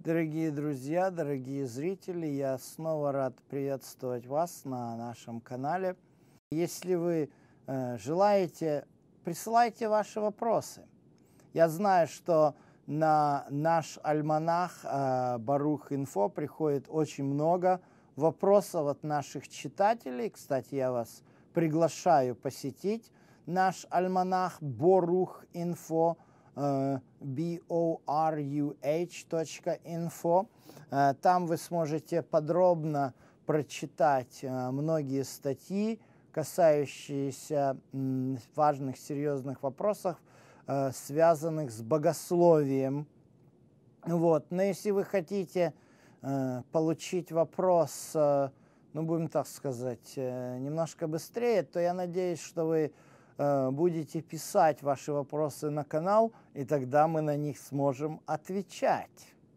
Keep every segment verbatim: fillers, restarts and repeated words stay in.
Дорогие друзья, дорогие зрители, я снова рад приветствовать вас на нашем канале. Если вы э, желаете, присылайте ваши вопросы. Я знаю, что на наш альманах э, Барух Инфо приходит очень много вопросов от наших читателей. Кстати, я вас приглашаю посетить наш альманах Борух Инфо. би о ар ю эйч точка инфо. Там вы сможете подробно прочитать многие статьи, касающиеся важных, серьезных вопросов, связанных с богословием. Вот. Но если вы хотите получить вопрос, ну, будем так сказать, немножко быстрее, то я надеюсь, что вы будете писать ваши вопросы на канал, и тогда мы на них сможем отвечать.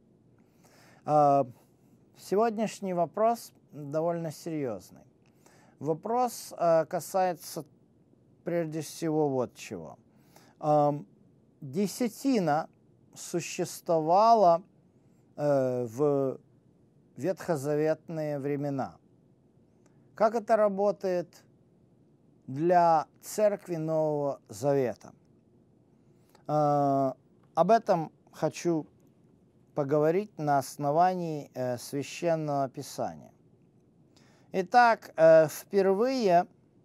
Сегодняшний вопрос довольно серьезный. Вопрос касается прежде всего вот чего. Десятина существовала в ветхозаветные времена. Как это работает для Церкви Нового Завета? Об этом хочу поговорить на основании Священного Писания. Итак, впервые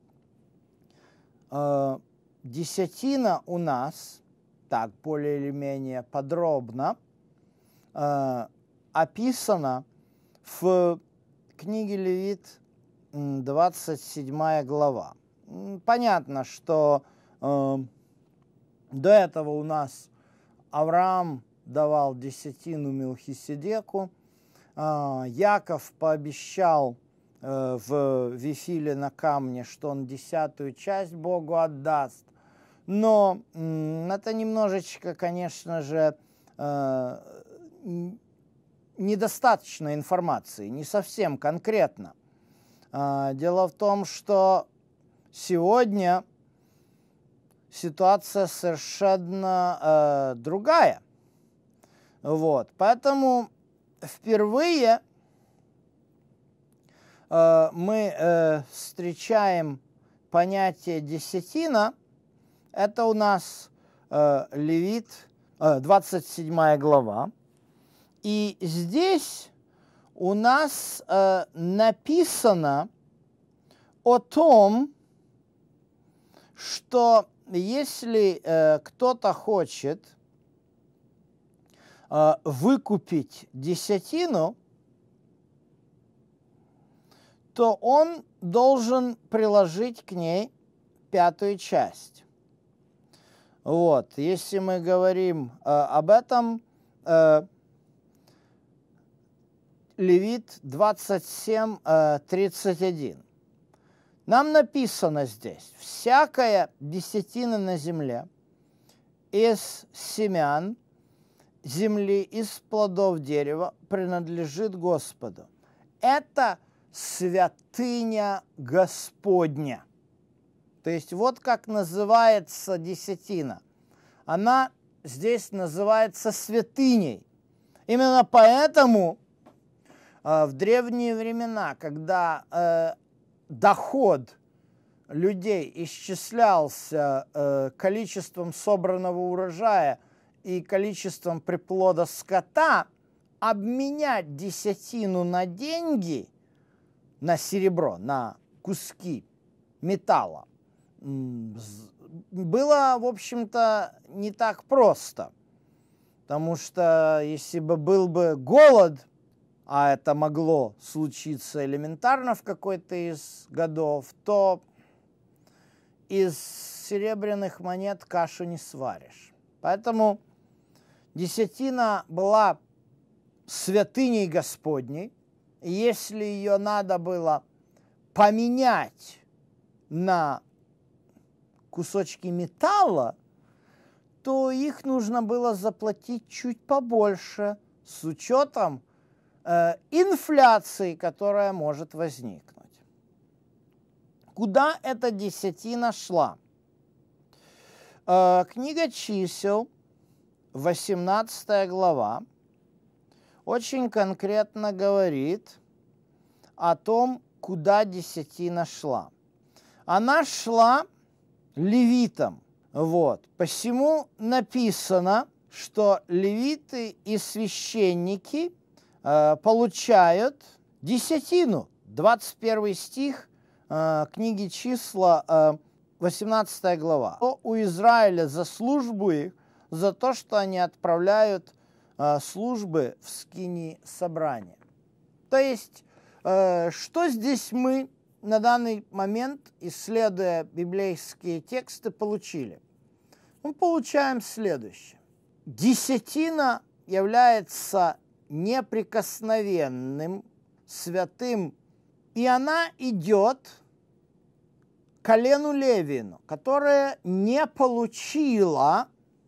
десятина у нас, так более или менее подробно, описана в книге Левит, двадцать седьмая глава. Понятно, что э, до этого у нас Авраам давал десятину Мелхиседеку, э, Яков пообещал э, в Вифиле на камне, что он десятую часть Богу отдаст. Но э, это немножечко, конечно же, э, недостаточно информации, не совсем конкретно. Э, дело в том, что сегодня ситуация совершенно э, другая. Вот. Поэтому впервые э, мы э, встречаем понятие десятина. Это у нас э, Левит, э, двадцать седьмая глава. И здесь у нас э, написано о том, что если э, кто-то хочет э, выкупить десятину, то он должен приложить к ней пятую часть. Вот. Если мы говорим э, об этом, э, Левит двадцать семь, тридцать один. Нам написано здесь: всякая десятина на земле из семян земли, из плодов дерева принадлежит Господу. Это святыня Господня. То есть вот как называется десятина. Она здесь называется святыней. Именно поэтому э, в древние времена, когда э, доход людей исчислялся э, количеством собранного урожая и количеством приплода скота, обменять десятину на деньги, на серебро, на куски металла, было, в общем-то, не так просто. Потому что если бы был бы голод, а это могло случиться элементарно в какой-то из годов, то из серебряных монет кашу не сваришь. Поэтому десятина была святыней Господней. И если ее надо было поменять на кусочки металла, то их нужно было заплатить чуть побольше с учетом э, инфляции, которая может возникнуть. Куда эта десятина шла? Э, книга чисел, восемнадцатая глава, очень конкретно говорит о том, куда десятина шла. Она шла левитам. Вот. Посему написано, что левиты и священники э, получают десятину. двадцать первый стих э, книги Числа, э, восемнадцатая глава. У Израиля за службу их, за то, что они отправляют э, службы в скинии собрания. То есть, э, что здесь мы на данный момент, исследуя библейские тексты, получили? Мы получаем следующее. Десятина является неприкосновенным, святым, и она идет колену Левину, которое не получило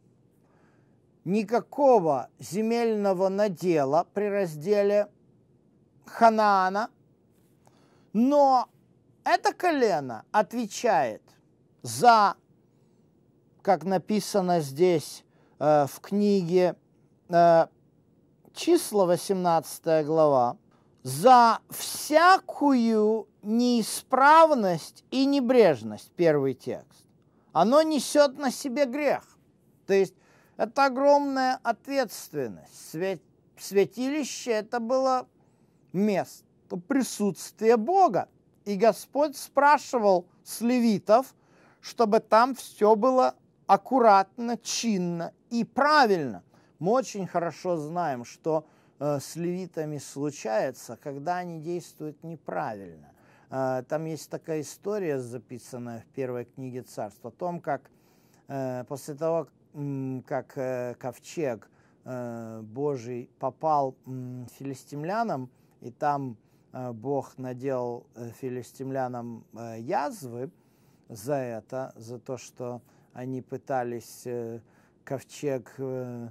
никакого земельного надела при разделе Ханаана, но это колено отвечает за, как написано здесь э, в книге э, Числа, восемнадцатая глава, за всякую неисправность и небрежность, первый текст. Оно несет на себе грех. То есть это огромная ответственность. Свя- Святилище – это было место присутствия Бога. И Господь спрашивал с левитов, чтобы там все было аккуратно, чинно и правильно. Мы очень хорошо знаем, что э, с левитами случается, когда они действуют неправильно. Э, там есть такая история, записанная в первой книге Царств, о том, как э, после того, м, как э, ковчег э, Божий попал м, филистимлянам, и там Бог наделал филистимлянам язвы за это, за то, что они пытались ковчег во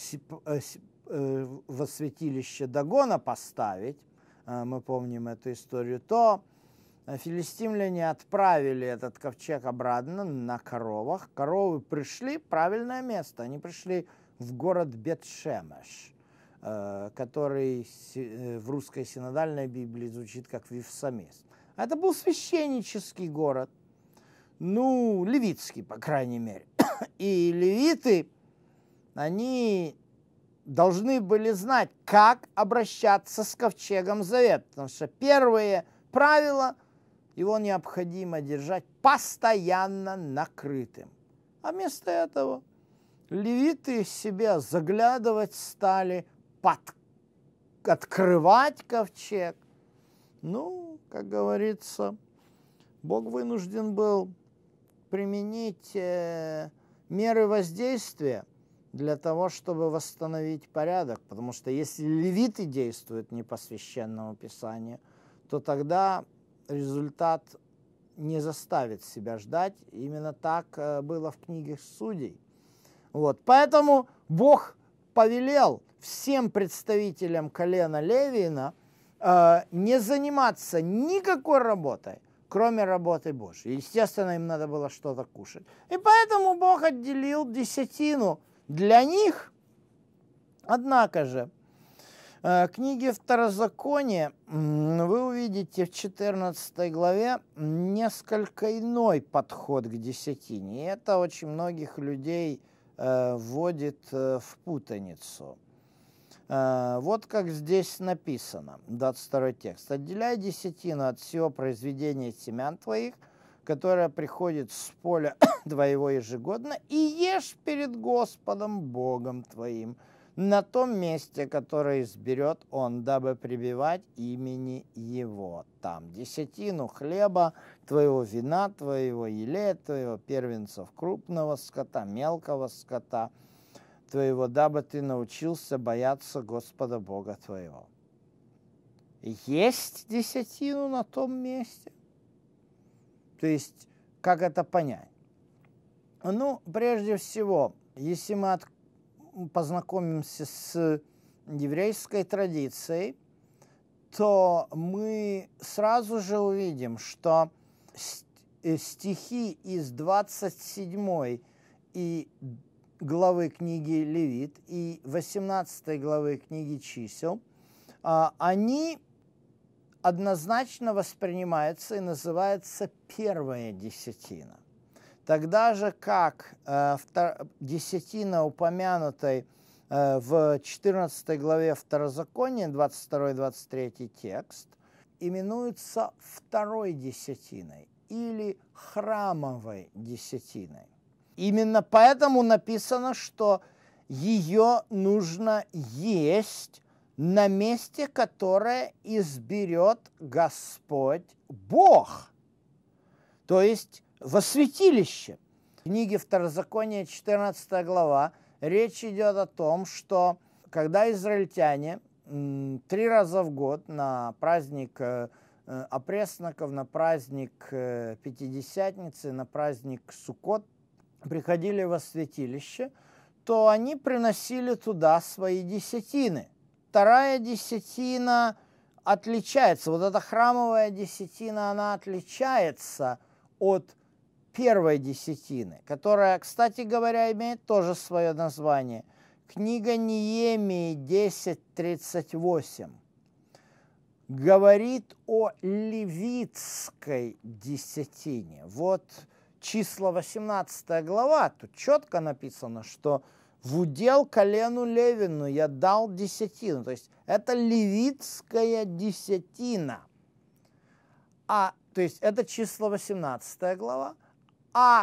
святилище Дагона поставить, мы помним эту историю, то филистимляне отправили этот ковчег обратно на коровах. Коровы пришли в правильное место, они пришли в город Бет-Шемеш, который в русской синодальной Библии звучит как Вифсамис. Это был священнический город, ну, левитский, по крайней мере. И левиты, они должны были знать, как обращаться с ковчегом Завета, потому что первые правила, его необходимо держать постоянно накрытым. А вместо этого левиты себе заглядывать стали, под, открывать ковчег. Ну, как говорится, Бог вынужден был применить э, меры воздействия для того, чтобы восстановить порядок. Потому что если левиты действуют не по священному писанию, то тогда результат не заставит себя ждать. Именно так э, было в книге Судей. Вот. Поэтому Бог повелел всем представителям колена Левина э, не заниматься никакой работой, кроме работы Божьей. Естественно, им надо было что-то кушать. И поэтому Бог отделил десятину для них. Однако же, э, в книге Второзакония вы увидите в четырнадцатой главе несколько иной подход к десятине. И это очень многих людей э, вводит э, в путаницу. Вот как здесь написано, двадцать второй текст. «Отделяй десятину от всего произведения семян твоих, которое приходит с поля твоего ежегодно, и ешь перед Господом Богом твоим на том месте, которое изберет Он, дабы пребывать имени Его там. Десятину хлеба твоего, вина твоего, елея твоего, первенцев крупного скота, мелкого скота твоего, дабы ты научился бояться Господа Бога твоего». Есть десятину на том месте? То есть, как это понять? Ну, прежде всего, если мы от... познакомимся с еврейской традицией, то мы сразу же увидим, что стихи из двадцать седьмой и главы книги Левит и восемнадцатой главы книги Чисел, они однозначно воспринимаются и называются первая десятина. Тогда же, как десятина, упомянутой в четырнадцатой главе Второзакония, двадцать второй двадцать третий текст, именуется второй десятиной или храмовой десятиной. Именно поэтому написано, что ее нужно есть на месте, которое изберет Господь Бог, то есть во святилище. В книге Второзакония, четырнадцатая глава, речь идет о том, что когда израильтяне три раза в год на праздник опресноков, на праздник Пятидесятницы, на праздник Суккот приходили во святилище, то они приносили туда свои десятины. Вторая десятина отличается, вот эта храмовая десятина, она отличается от первой десятины, которая, кстати говоря, имеет тоже свое название. Книга Неемии десять тридцать восемь говорит о левитской десятине. Вот числа восемнадцатая глава, тут четко написано, что в удел колену Левину я дал десятину. То есть это левитская десятина. А, то есть это числа восемнадцатая глава. А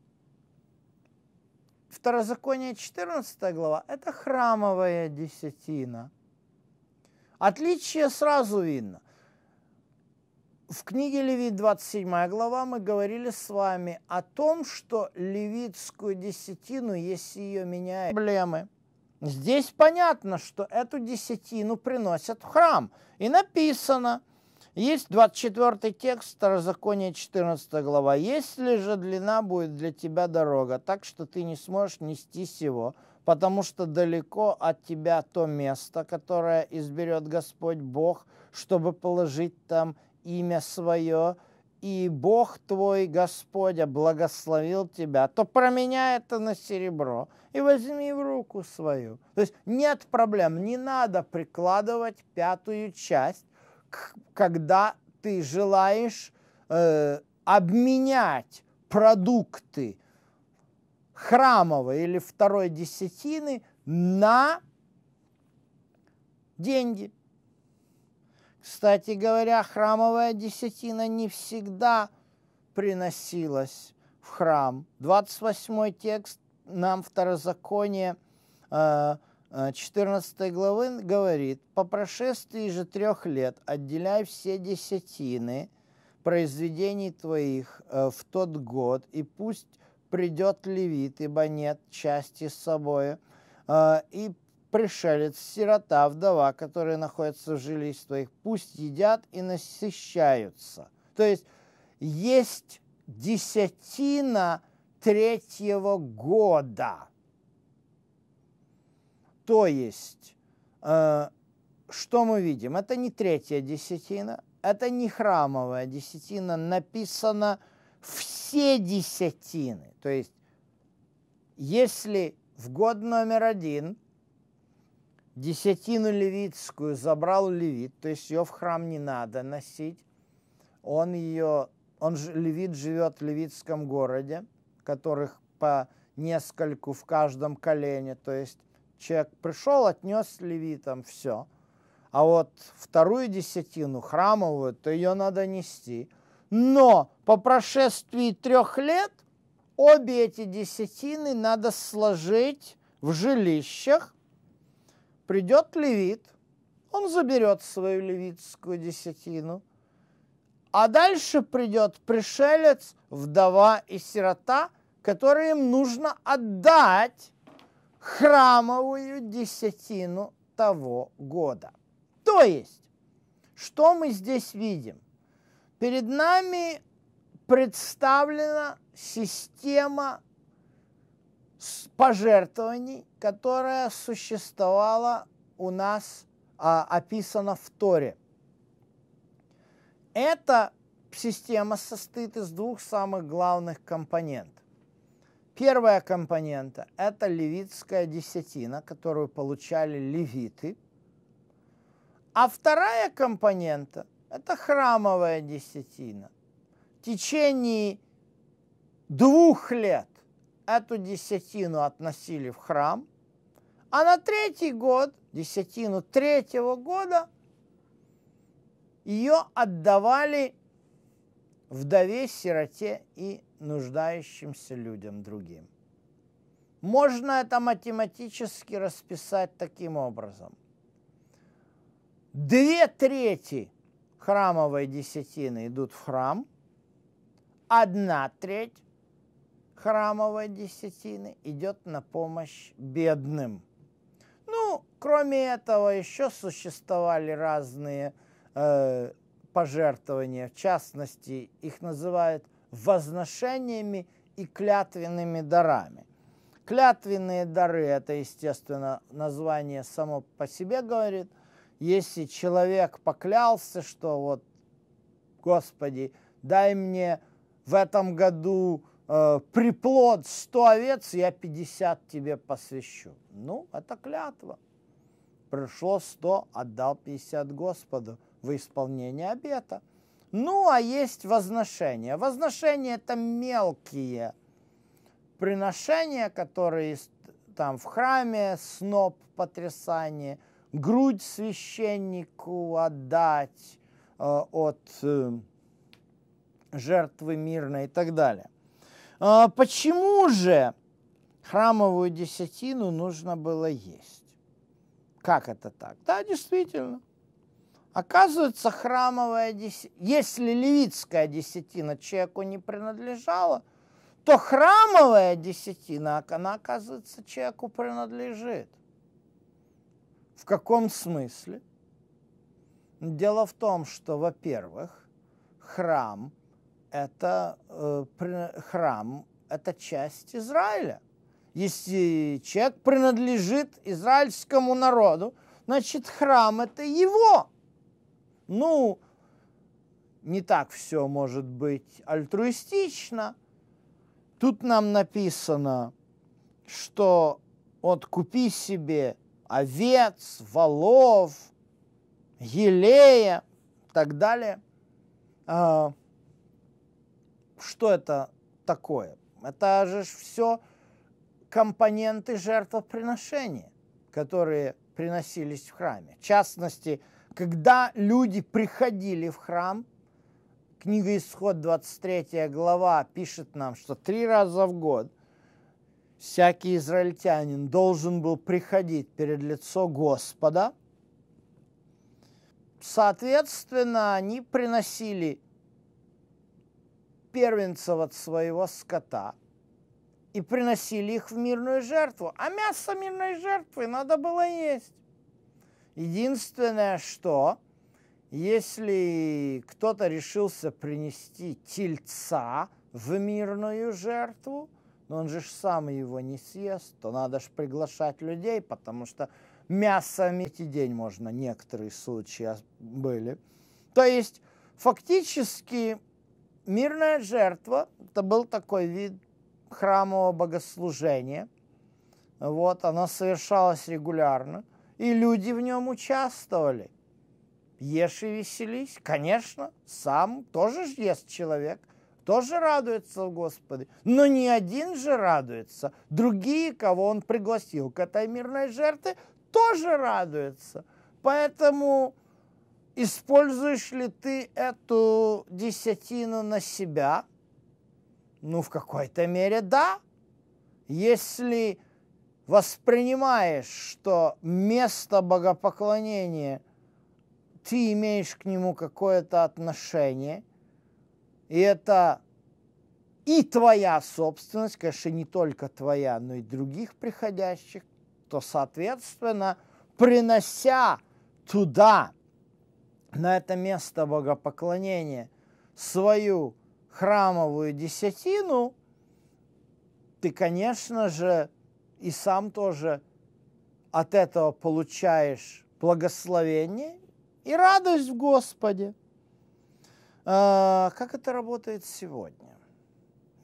Второзаконие четырнадцатая глава – это храмовая десятина. Отличие сразу видно. В книге Левит, двадцать седьмая глава, мы говорили с вами о том, что левитскую десятину, если ее меняют, проблемы. Здесь понятно, что эту десятину приносят в храм. И написано, есть двадцать четвёртый текст, Второзаконие, четырнадцатая глава. «Если же длина будет для тебя дорога, так что ты не сможешь нести сего, потому что далеко от тебя то место, которое изберет Господь Бог, чтобы положить там имя свое, и Бог твой, Господь, благословил тебя, то променяй это на серебро и возьми в руку свою». То есть нет проблем, не надо прикладывать пятую часть, когда ты желаешь э, обменять продукты храмовой или второй десятины на деньги. Кстати говоря, храмовая десятина не всегда приносилась в храм. двадцать восьмой текст нам Второзаконие четырнадцатой главы говорит: «По прошествии же трех лет отделяй все десятины произведений твоих в тот год, и пусть придет левит, ибо нет части с собой, и пришелец, сирота, вдова, которые находятся в жилищах твоих, пусть едят и насыщаются». То есть есть десятина третьего года. То есть, э, что мы видим? Это не третья десятина, это не храмовая десятина, написано все десятины. То есть, если в год номер один десятину левитскую забрал левит, то есть ее в храм не надо носить, он ее, он левит живет в левитском городе, которых по нескольку в каждом колене, то есть человек пришел, отнес левитам, все. А вот вторую десятину, храмовую, то ее надо нести. Но по прошествии трех лет обе эти десятины надо сложить в жилищах. Придет левит, он заберет свою левитскую десятину. А дальше придет пришелец, вдова и сирота, которым нужно отдать храмовую десятину того года. То есть, что мы здесь видим? Перед нами представлена система пожертвований, которая существовала у нас, а, описана в Торе. Эта система состоит из двух самых главных компонентов. Первая компонента – это левитская десятина, которую получали левиты. А вторая компонента – это храмовая десятина. В течение двух лет эту десятину относили в храм, а на третий год, десятину третьего года, ее отдавали вдове, сироте и нуждающимся людям другим. Можно это математически расписать таким образом. Две трети храмовой десятины идут в храм, одна треть храмовой десятины идет на помощь бедным. Ну, кроме этого, еще существовали разные э, пожертвования, в частности, их называют возношениями и клятвенными дарами. Клятвенные дары – это, естественно, название само по себе говорит. Если человек поклялся, что вот, Господи, дай мне в этом году э, приплод сто овец, я пятьдесят тебе посвящу. Ну, это клятва. Пришло сто, отдал пятьдесят Господу в исполнение обета. Ну, а есть возношения. Возношения – это мелкие приношения, которые там в храме, сноп потрясания, грудь священнику отдать э, от э, жертвы мирной и так далее. А почему же храмовую десятину нужно было есть? Как это так? Да, действительно. Оказывается, храмовая десятина, если левитская десятина человеку не принадлежала, то храмовая десятина, она, оказывается, человеку принадлежит. В каком смысле? Дело в том, что, во-первых, храм это, э, храм – это часть Израиля. Если человек принадлежит израильскому народу, значит, храм – это его. Ну, не так все может быть альтруистично. Тут нам написано, что вот купи себе овец, волов, елея и так далее. А, что это такое? Это же все компоненты жертвоприношения, которые приносились в храме. В частности, когда люди приходили в храм, книга Исход, двадцать третья глава, пишет нам, что три раза в год всякий израильтянин должен был приходить перед лицо Господа. Соответственно, они приносили первенцев от своего скота и приносили их в мирную жертву. А мясо мирной жертвы надо было есть. Единственное, что если кто-то решился принести тельца в мирную жертву, но он же сам его не съест, то надо же приглашать людей, потому что мясо в эти день можно, некоторые случаи были. То есть фактически мирная жертва – это был такой вид храмового богослужения. Вот, оно совершалось регулярно, и люди в нем участвовали. Ешь и веселись. Конечно, сам тоже ест человек, тоже радуется в Господе. Но не один же радуется. Другие, кого он пригласил к этой мирной жертве, тоже радуются. Поэтому используешь ли ты эту десятину на себя? Ну, в какой-то мере да. Если воспринимаешь, что место богопоклонения ты имеешь к нему какое-то отношение, и это и твоя собственность, конечно, не только твоя, но и других приходящих, то, соответственно, принося туда, на это место богопоклонения, свою храмовую десятину, ты, конечно же, и сам тоже от этого получаешь благословение и радость в Господе. А, как это работает сегодня?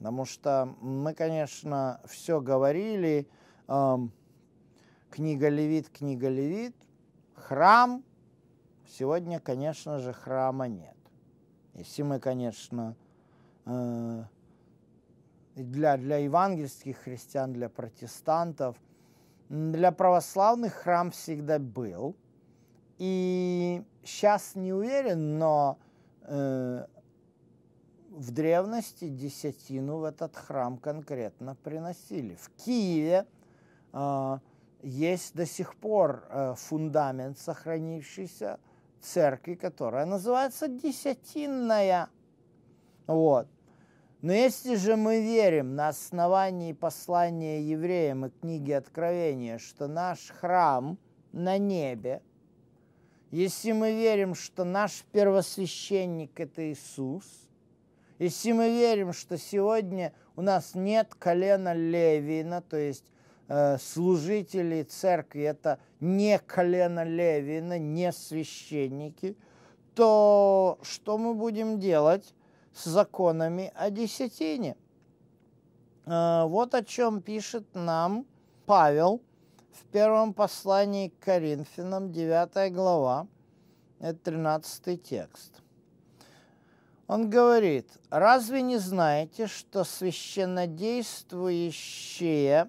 Потому что мы, конечно, все говорили, э, книга Левит, книга Левит, храм, сегодня, конечно же, храма нет. Если мы, конечно, э, для, для евангельских христиан, для протестантов, для православных храм всегда был. И сейчас не уверен, но э, в древности десятину в этот храм конкретно приносили. В Киеве э, есть до сих пор э, фундамент сохранившейся церкви, которая называется Десятинная. Вот. Но если же мы верим на основании послания евреям и книги Откровения, что наш храм на небе, если мы верим, что наш первосвященник – это Иисус, если мы верим, что сегодня у нас нет колена Левина, то есть э, служители церкви – это не колено Левина, не священники, то что мы будем делать с законами о десятине? Э, вот о чем пишет нам Павел в первом послании к Коринфянам, девятая глава, это тринадцатый текст. Он говорит: «Разве не знаете, что священнодействующие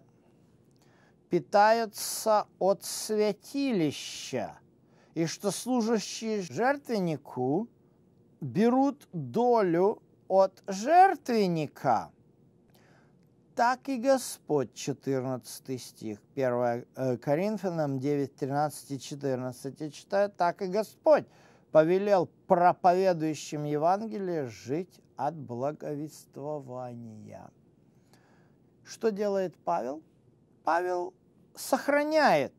питаются от святилища, и что служащие жертвеннику берут долю от жертвенника? Так и Господь», четырнадцатый стих, первое Коринфянам девять, тринадцать и четырнадцать, я читаю: «Так и Господь повелел проповедующим Евангелие жить от благовествования». Что делает Павел? Павел сохраняет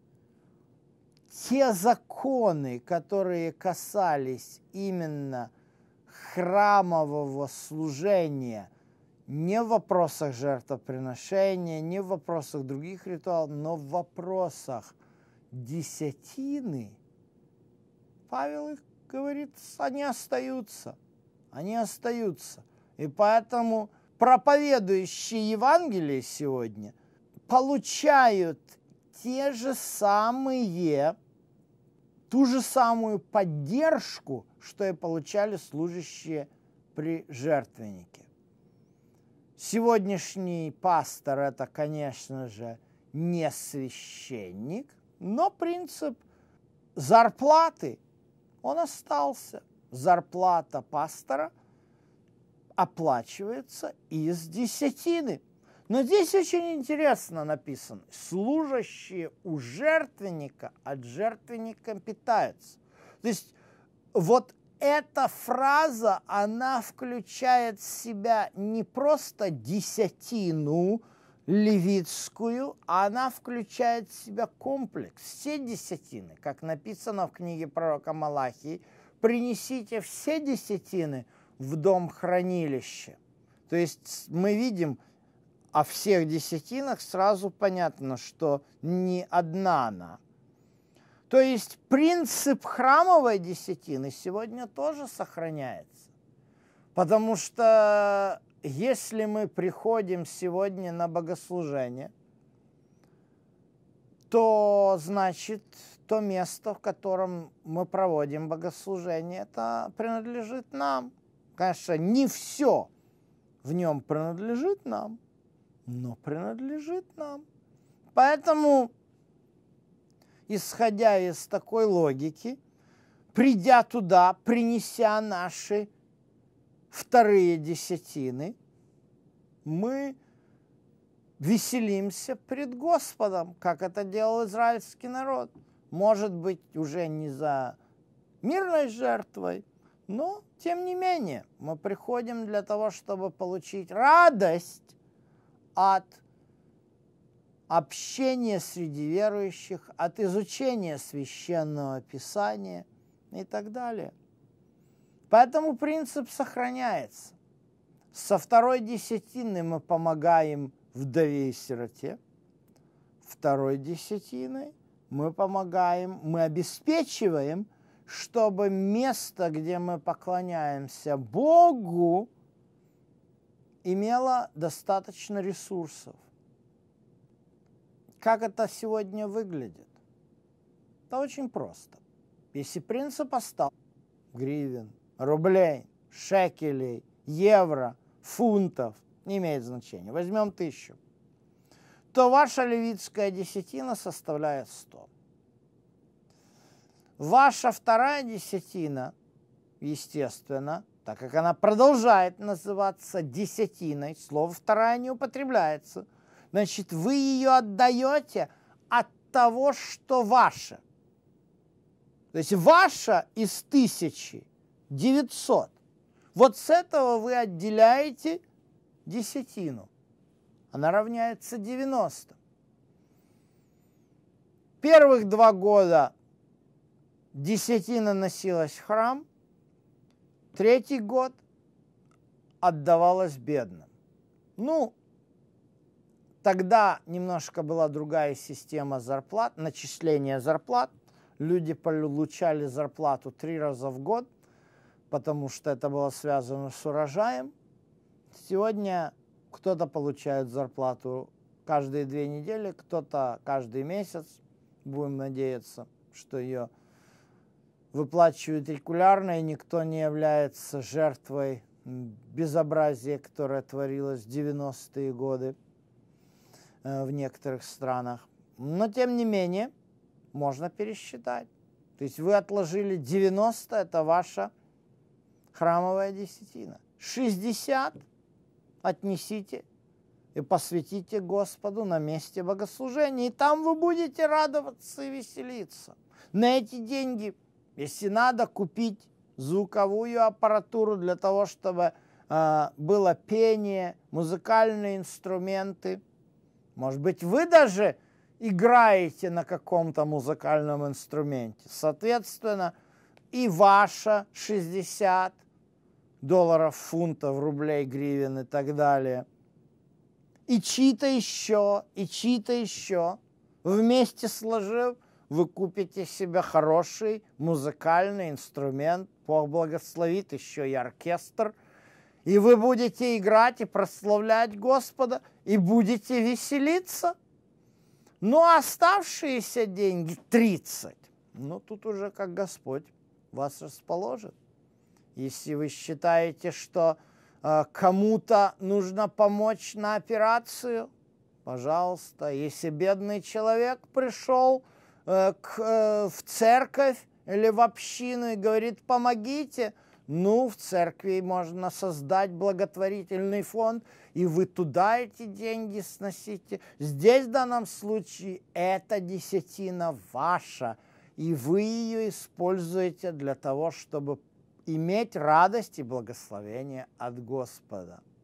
те законы, которые касались именно храмового служения, не в вопросах жертвоприношения, не в вопросах других ритуалов, но в вопросах десятины. Павел их говорит, они остаются, они остаются. И поэтому проповедующие Евангелие сегодня получают те же самые, ту же самую поддержку, что и получали служащие при жертвеннике. Сегодняшний пастор – это, конечно же, не священник, но принцип зарплаты, он остался. Зарплата пастора оплачивается из десятины. Но здесь очень интересно написано: служащие у жертвенника от жертвенника питаются. То есть вот эта фраза, она включает в себя не просто десятину левитскую, а она включает в себя комплекс, все десятины. Как написано в книге пророка Малахии: «Принесите все десятины в дом хранилища». То есть мы видим о всех десятинах, сразу понятно, что не одна она. То есть принцип храмовой десятины сегодня тоже сохраняется. Потому что если мы приходим сегодня на богослужение, то значит то место, в котором мы проводим богослужение, это принадлежит нам. Конечно, не все в нем принадлежит нам, но принадлежит нам. Поэтому, исходя из такой логики, придя туда, принеся наши вторые десятины, мы веселимся пред Господом, как это делал израильский народ. Может быть, уже не за мирной жертвой, но, тем не менее, мы приходим для того, чтобы получить радость от общения среди верующих, от изучения Священного Писания и так далее. Поэтому принцип сохраняется. Со второй десятины мы помогаем вдове и сироте, второй десятиной мы помогаем, мы обеспечиваем, чтобы место, где мы поклоняемся Богу, имела достаточно ресурсов. Как это сегодня выглядит? Это очень просто. Если принцип остался гривен, рублей, шекелей, евро, фунтов, не имеет значения, возьмем тысячу, то ваша левитская десятина составляет сто. Ваша вторая десятина, естественно, так как она продолжает называться десятиной, слово «вторая» не употребляется, значит, вы ее отдаете от того, что ваше. То есть ваша из тысячи девятьсот. Вот с этого вы отделяете десятину. Она равняется девяноста. Первых два года десятина носилась в храм, третий год отдавалась бедным. Ну, тогда немножко была другая система зарплат, начисления зарплат. Люди получали зарплату три раза в год, потому что это было связано с урожаем. Сегодня кто-то получает зарплату каждые две недели, кто-то каждый месяц. Будем надеяться, что ее выплачивают регулярно, и никто не является жертвой безобразия, которое творилось в девяностые годы в некоторых странах. Но, тем не менее, можно пересчитать. То есть вы отложили девяносто, это ваша храмовая десятина. шестьдесят отнесите и посвятите Господу на месте богослужения. И там вы будете радоваться и веселиться. На эти деньги, если надо, купить звуковую аппаратуру для того, чтобы э, было пение, музыкальные инструменты. Может быть, вы даже играете на каком-то музыкальном инструменте. Соответственно, и ваша шестьдесят долларов, фунтов, рублей, гривен и так далее, и чьи-то еще, и чьи-то еще, вместе сложив, вы купите себе хороший музыкальный инструмент, Бог благословит еще и оркестр, и вы будете играть и прославлять Господа, и будете веселиться. Ну, а оставшиеся деньги, тридцать, ну, тут уже как Господь вас расположит. Если вы считаете, что э, кому-то нужно помочь на операцию, пожалуйста. Если бедный человек пришел э, к, э, в церковь или в общину и говорит, помогите, ну, в церкви можно создать благотворительный фонд, и вы туда эти деньги сносите. Здесь, в данном случае, эта десятина ваша, и вы ее используете для того, чтобы иметь радость и благословение от Господа.